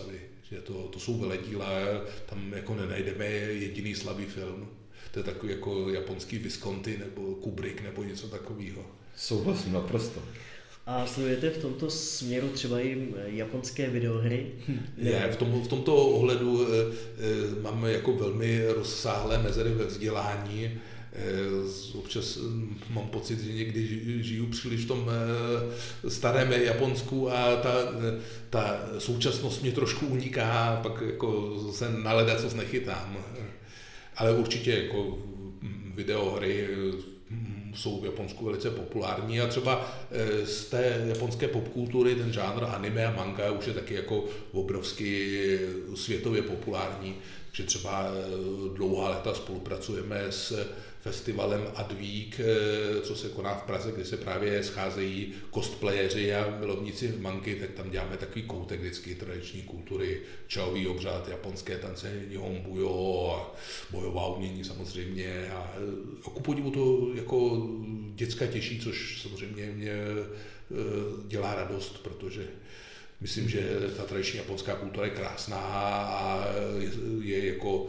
Že to, to jsou veledíla, tam jako nenajdeme jediný slabý film. To je takový jako japonský Visconti nebo Kubrick nebo něco takového. Souhlasím naprosto. A sledujete v tomto směru třeba i japonské videohry? Je, v, tom, v tomto ohledu e, e, máme jako velmi rozsáhlé mezery ve vzdělání. E, občas mám pocit, že někdy žiju příliš v tom e, starém Japonsku a ta, ta současnost mě trošku uniká, pak jako se na ledacos nechytám. Ale určitě jako videohry jsou v Japonsku velice populární a třeba z té japonské popkultury ten žánr anime a manga už je taky jako obrovsky světově populární. Takže třeba dlouhá léta spolupracujeme s festivalem Adweek, co se koná v Praze, kde se právě scházejí cosplayeři a milovníci mangy, tak tam děláme takový koutek vždycky tradiční kultury, čaový obřad, japonské tance, nihonbujo a bojová umění samozřejmě. A ku podivu to jako děcka těší, což samozřejmě mě dělá radost, protože myslím, že ta tradiční japonská kultura je krásná a je, je jako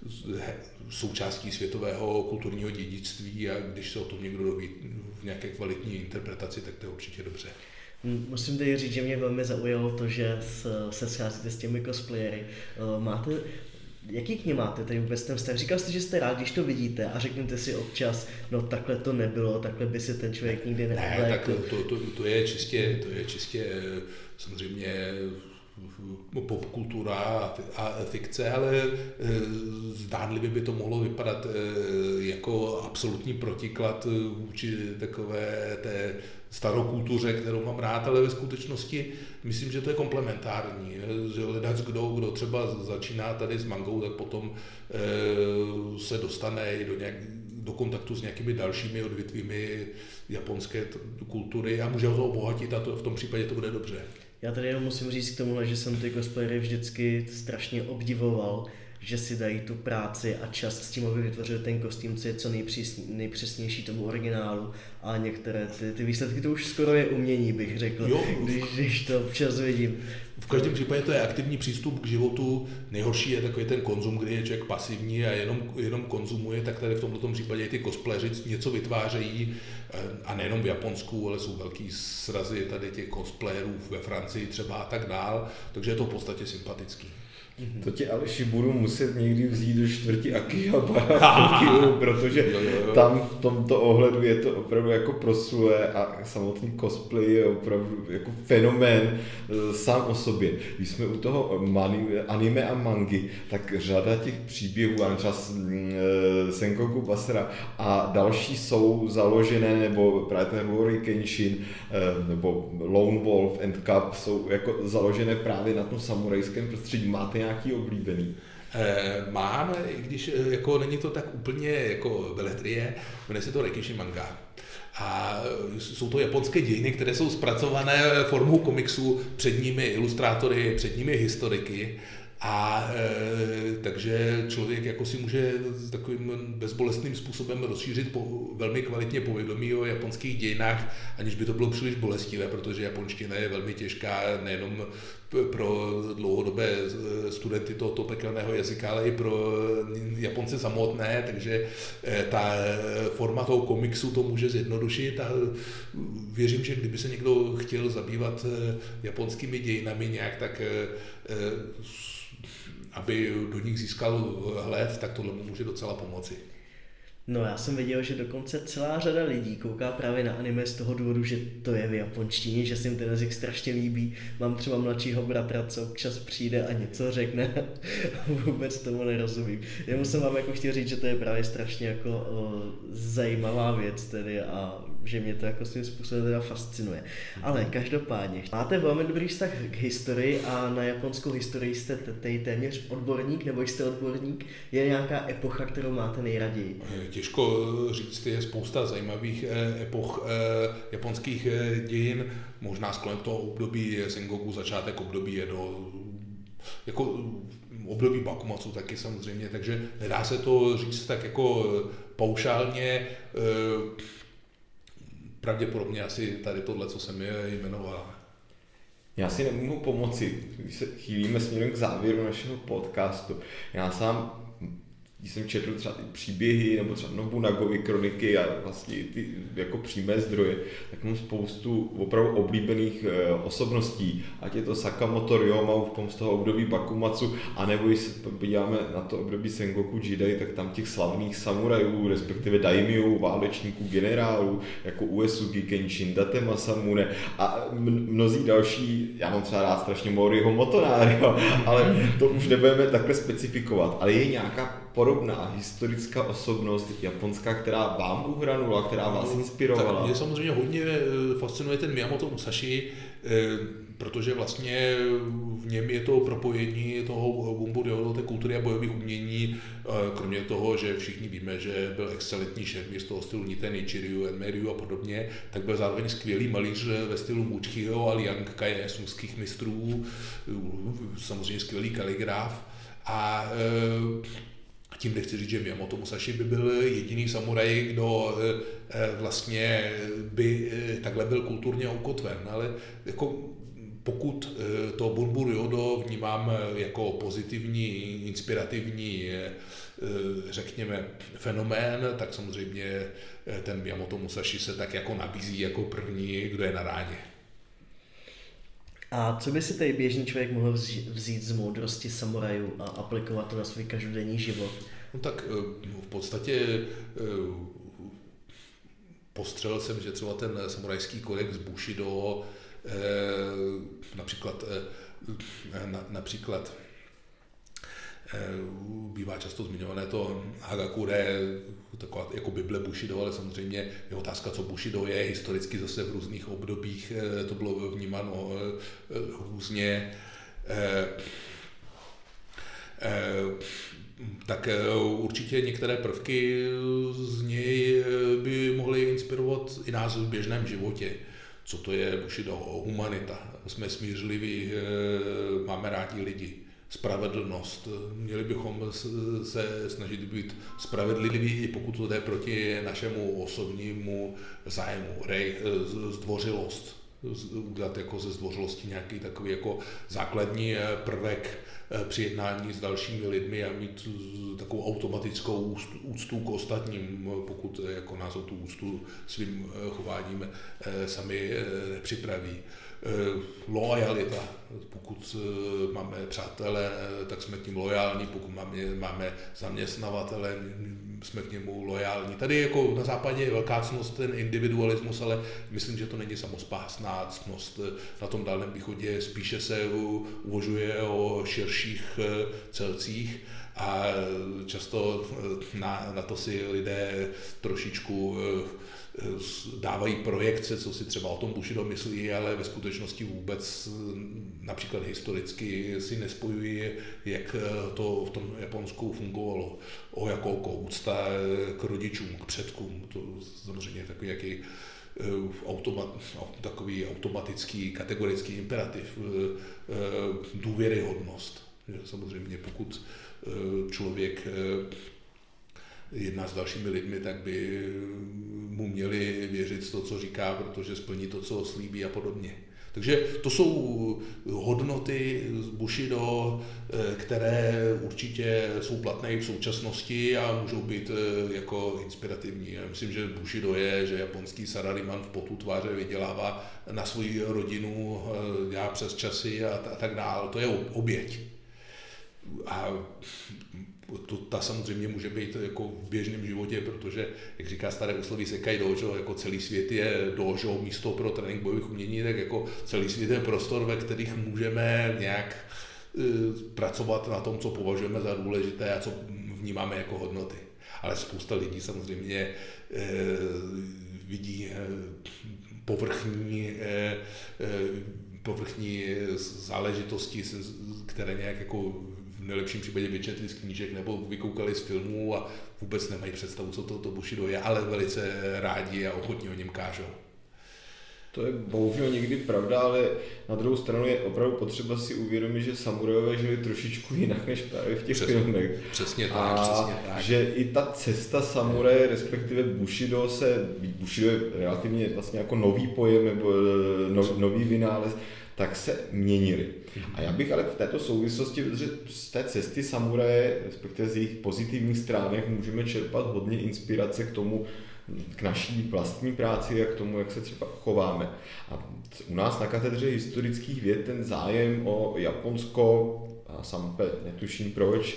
součástí světového kulturního dědictví a když se o tom někdo doví v nějaké kvalitní interpretaci, tak to je určitě dobře. Musím tady říct, že mě velmi zaujalo to, že se scházíte s těmi cosplayery. Máte, jaký k ně máte tady vůbec ten vztah? Říkal jste, že jste rád, když to vidíte a řeknete si občas, no takhle to nebylo, takhle by si ten člověk nikdy neoblékl. Ne, tak to, to, to, je čistě, to je čistě samozřejmě popkultura a fikce, ale zdánlivě by to mohlo vypadat jako absolutní protiklad vůči takové té starokultuře, kterou mám rád, ale ve skutečnosti myslím, že to je komplementární. Že ledac kdo, kdo třeba začíná tady s mangou, tak potom se dostane i do, nějak, do kontaktu s nějakými dalšími odvětvími japonské kultury a může ho to obohatit a to, v tom případě to bude dobře. Já tady jenom musím říct k tomuhle, že jsem ty cosplayery vždycky strašně obdivoval, že si dají tu práci a čas s tím, aby vytvořili ten kostým, co je co nejpřesnější tomu originálu a některé ty, ty výsledky, to už skoro je umění, bych řekl, jo, když, když to občas vidím. V každém případě to je aktivní přístup k životu, nejhorší je takový ten konzum, kdy je člověk pasivní a jenom, jenom konzumuje, tak tady v tomto případě ty cosplayeři něco vytvářejí a nejenom v Japonsku, ale jsou velký srazy tady těch cosplayerů ve Francii třeba a tak dál, takže je to v podstatě sympatický. To tě Aleši budu muset někdy vzít do čtvrti Akihabara, protože jo, jo, jo. tam v tomto ohledu je to opravdu jako proslulé a samotný cosplay je opravdu jako fenomén sám o sobě. Když jsme u toho anime a mangy, tak řada těch příběhů, a třeba Sengoku Basara a další jsou založené, nebo právě ten Rurouni Kenshin, nebo Lone Wolf and Cub jsou jako založené právě na tom samurajském prostředí. Máte nějaký oblíbený? E, mám, i když jako není to tak úplně jako beletrie, jmenuje se to Reikishi manga. A jsou to japonské dějiny, které jsou zpracované formou komiksu, před nimi ilustrátory, před nimi historiky. A e, takže člověk jako si může takovým bezbolestným způsobem rozšířit po, velmi kvalitně povědomí o japonských dějinách, aniž by to bylo příliš bolestivé, protože japonština je velmi těžká nejenom pro dlouhodobé studenty tohoto pekelného jazyka, ale i pro Japonce samotné, takže ta forma toho komiksu to může zjednodušit a věřím, že kdyby se někdo chtěl zabývat japonskými dějinami nějak, tak aby do nich získal hled, tak tohle mu může docela pomoci. No já jsem viděl, že dokonce celá řada lidí kouká právě na anime z toho důvodu, že to je v japonštině, že se jim ten jazyk strašně líbí. Mám třeba mladšího bratra, co občas přijde a něco řekne. Vůbec tomu nerozumím. Jenom jsem vám jako chtěl říct, že to je právě strašně jako o, zajímavá věc tedy a že mě to jako svým způsobem teda fascinuje. Ale každopádně, máte velmi dobrý vztah k historii a na japonskou historii jste tady téměř odborník, nebo jste odborník? Je nějaká epocha, kterou máte nejraději? Těžko říct, je spousta zajímavých epoch japonských dějin, možná sklon toho období Sengoku, začátek období je do jako období Bakumatsu taky samozřejmě, takže nedá se to říct tak jako paušálně, pravděpodobně asi tady tohle, co jsem je jmenoval. Já si nemohu pomoci, když se chýlíme směrem k závěru našeho podcastu. Já sám, když jsem četl třeba ty příběhy nebo třeba Nobunagovy kroniky a vlastně ty jako přímé zdroje, tak mám spoustu opravdu oblíbených e, osobností, ať je to Sakamoto Ryoma z toho období Bakumatsu, anebo když se podíváme na to období Sengoku Jidai, tak tam těch slavných samurajů, respektive daimyů, válečníků, generálů, jako Uesugi Kenshin, Date Masamune a mnozí další, já mám třeba rád strašně Moriho Motonari, ale to už nebudeme takhle specifikovat, ale je nějaká podobná historická osobnost japonská, která vám uhranula, která vás inspirovala? Tak mě samozřejmě hodně fascinuje ten Miyamoto Musashi, protože vlastně v něm je to propojení toho Bunbu-ryo, té kultury a bojových umění, kromě toho, že všichni víme, že byl excelentní šermíř toho stylu Niten Ichiryu, Enmeryu a podobně, tak byl zároveň skvělý malíř ve stylu Muchiho a Liang Kaje, sungských mistrů, samozřejmě skvělý kaligraf a tím nechci říct, že Miyamoto Musashi by byl jediný samuraj, kdo vlastně by takhle byl kulturně ukotven, ale jako pokud to Bunbu-ryo vnímám jako pozitivní, inspirativní, řekněme, fenomén, tak samozřejmě ten Miyamoto Musashi se tak jako nabízí jako první, kdo je na ráně. A co by si tady běžný člověk mohl vzít z moudrosti samurajů a aplikovat to na svůj každodenní život? No tak v podstatě postřelil jsem, že třeba ten samurajský kodex Bushido, například, například bývá často zmiňované to Hagakure, taková jako Bible Bushido, ale samozřejmě je otázka, co Bushido je, historicky zase v různých obdobích to bylo vnímáno různě. Tak určitě některé prvky z něj by mohly inspirovat i nás v běžném životě. Co to je Bushido? Humanita. Jsme smířliví, máme rádi lidi. Spravedlnost. Měli bychom se snažit být spravedliví, pokud to jde proti našemu osobnímu zájmu. Rej, zdvořilost. Udělat jako ze zdvořilosti nějaký takový jako základní prvek při jednání s dalšími lidmi a mít takovou automatickou úctu k ostatním, pokud jako nás o tu úctu svým chováním sami nepřipraví. Loajalita, pokud máme přátele, tak jsme k ním lojální, pokud máme, máme zaměstnavatele, jsme k němu lojální. Tady jako na západě je velká ctnost ten individualismus, ale myslím, že to není samospásná ctnost. Na tom Dálném východě spíše se uvažuje o širších celcích a často na, na to si lidé trošičku dávají projekce, co si třeba o tom Bushido myslí, ale ve skutečnosti vůbec například historicky si nespojují, jak to v tom Japonsku fungovalo. O jakou úcta k rodičům, k předkům, to samozřejmě takový jaký automat, takový automatický kategorický imperativ, důvěryhodnost. Samozřejmě pokud člověk jedná s dalšími lidmi, tak by mu měli věřit to, co říká, protože splní to, co slíbí a podobně. Takže to jsou hodnoty z Bushido, které určitě jsou platné i v současnosti a můžou být jako inspirativní. Já myslím, že Bushido je, že japonský salariman v potu tváře vydělává na svoji rodinu, dělá přes časy a, a tak dále. To je oběť. A to, ta samozřejmě může být jako v běžném životě, protože, jak říká staré úsloví Sekai Dojo, jako celý svět je dojo, místo pro trénink bojových umění, tak jako celý svět je prostor, ve kterých můžeme nějak e, pracovat na tom, co považujeme za důležité a co vnímáme jako hodnoty. Ale spousta lidí samozřejmě e, vidí e, povrchní e, povrchní záležitosti, které nějak jako v nejlepším případě vyčetli z knížek nebo vykoukali z filmů a vůbec nemají představu, co to, to Bushido je, ale velice rádi a ochotně o něm kážou. To je bohužel někdy pravda, ale na druhou stranu je opravdu potřeba si uvědomit, že samurajové žili trošičku jinak než právě v těch přesně, filmech. Přesně tak, a přesně tak. Že i ta cesta samuraje, respektive Bushido se, Bushido je relativně vlastně jako nový pojem nebo no, nový vynález, tak se měnily. A já bych ale v této souvislosti, protože z té cesty samuraje, respektive z jejich pozitivních stránek, můžeme čerpat hodně inspirace k tomu, k naší vlastní práci a k tomu, jak se třeba chováme. A u nás na katedře historických věd ten zájem o Japonsko, a sám netuším proč,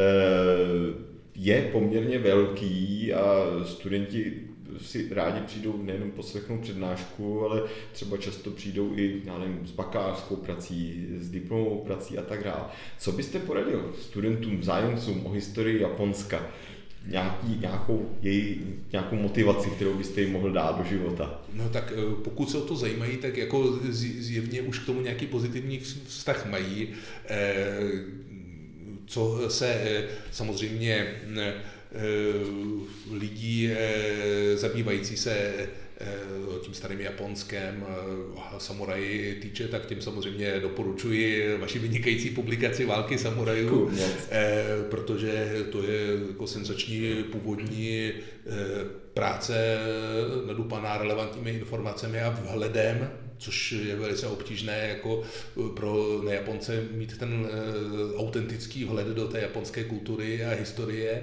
je poměrně velký a studenti si rádi přijdou nejenom poslechnout přednášku, ale třeba často přijdou i, já nevím, s bakalářskou prací, s diplomovou prací a tak dále. Co byste poradil studentům, zájemcům o historii Japonska? Nějaký, nějakou, její, nějakou motivaci, kterou byste jim mohl dát do života? No tak pokud se o to zajímají, tak jako zjevně už k tomu nějaký pozitivní vztah mají. Co se samozřejmě lidí zabývající se tím starým Japonskem a samuraji týče, tak tím samozřejmě doporučuji vaši vynikající publikaci Války samurajů, cool, yes. Protože to je jako senzační původní práce nadupaná relevantními informacemi a vhledem, což je velice obtížné jako pro nejaponce mít ten autentický vhled do té japonské kultury a historie.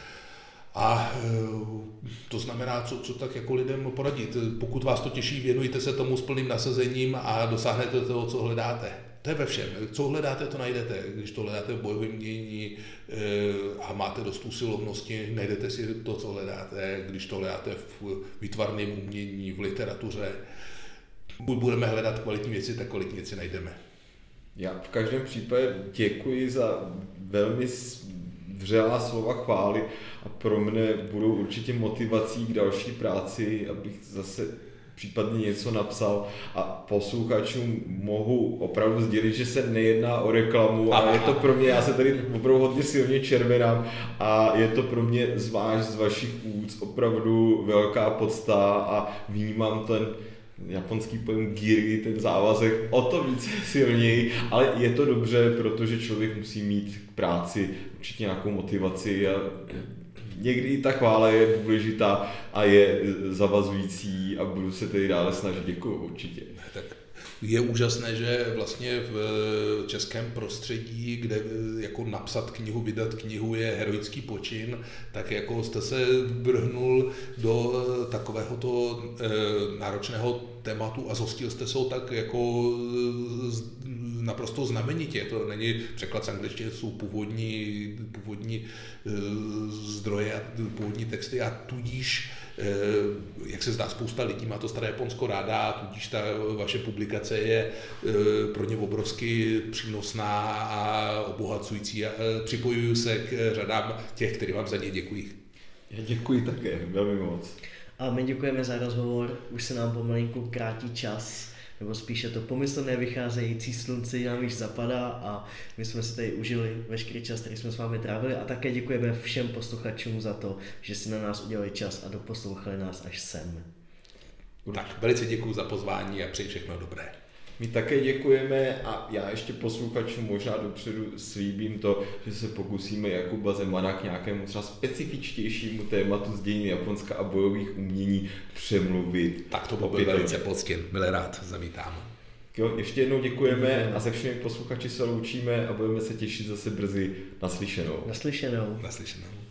A to znamená, co, co tak jako lidem poradit. Pokud vás to těší, věnujte se tomu s plným nasazením a dosáhnete toho, co hledáte. To je ve všem. Co hledáte, to najdete. Když to hledáte v bojovém mění a máte dost usilovnosti, najdete si to, co hledáte. Když to hledáte v výtvarném umění, v literatuře, pokud budeme hledat kvalitní věci, tak kvalitní věci najdeme. Já v každém případě děkuji za velmi vřelá slova chvály a pro mne budou určitě motivací k další práci, abych zase případně něco napsal a posluchačům mohu opravdu sdělit, že se nejedná o reklamu, ale je to pro mě, já se tady opravdu hodně silně červenám a je to pro mě zvlášť z vašich úst opravdu velká podsta a vnímám ten japonský pojem giri, ten závazek o to více silněji, ale je to dobře, protože člověk musí mít k práci určitě nějakou motivaci a někdy i ta chvála je důležitá a je zavazující a budu se tedy dále snažit. Děkuju určitě. Tak je úžasné, že vlastně v českém prostředí, kde jako napsat knihu, vydat knihu je heroický počin, tak jako jste se vrhnul do takovéhoto náročného tématu a zhostil jste se ho tak jako naprosto znamenitě. To není překlad z angličtiny, jsou původní, původní zdroje a původní texty a tudíž, jak se zdá, spousta lidí má to staré Japonsko ráda a tudíž ta vaše publikace je pro ně obrovsky přínosná a obohacující a připojuju se k řadám těch, kteří vám za ně děkují. Já děkuji také, velmi moc. A my děkujeme za rozhovor, už se nám pomalinku krátí čas, nebo spíše to pomyslné vycházející slunce nám již zapadá a my jsme si tady užili veškerý čas, který jsme s vámi trávili a také děkujeme všem posluchačům za to, že si na nás udělali čas a doposlouchali nás až sem. Tak, velice děkuji za pozvání a přeji všechno dobré. My také děkujeme a já ještě posluchačům možná dopředu slíbím to, že se pokusíme Jakuba Zemana k nějakému třeba specifičtějšímu tématu z dějin Japonska a bojových umění přemluvit. Tak to byl velice poctěn, milé rád, zavítám. Jo, ještě jednou děkujeme a se všemi posluchači se loučíme a budeme se těšit zase brzy naslyšenou. Naslyšenou. Naslyšenou.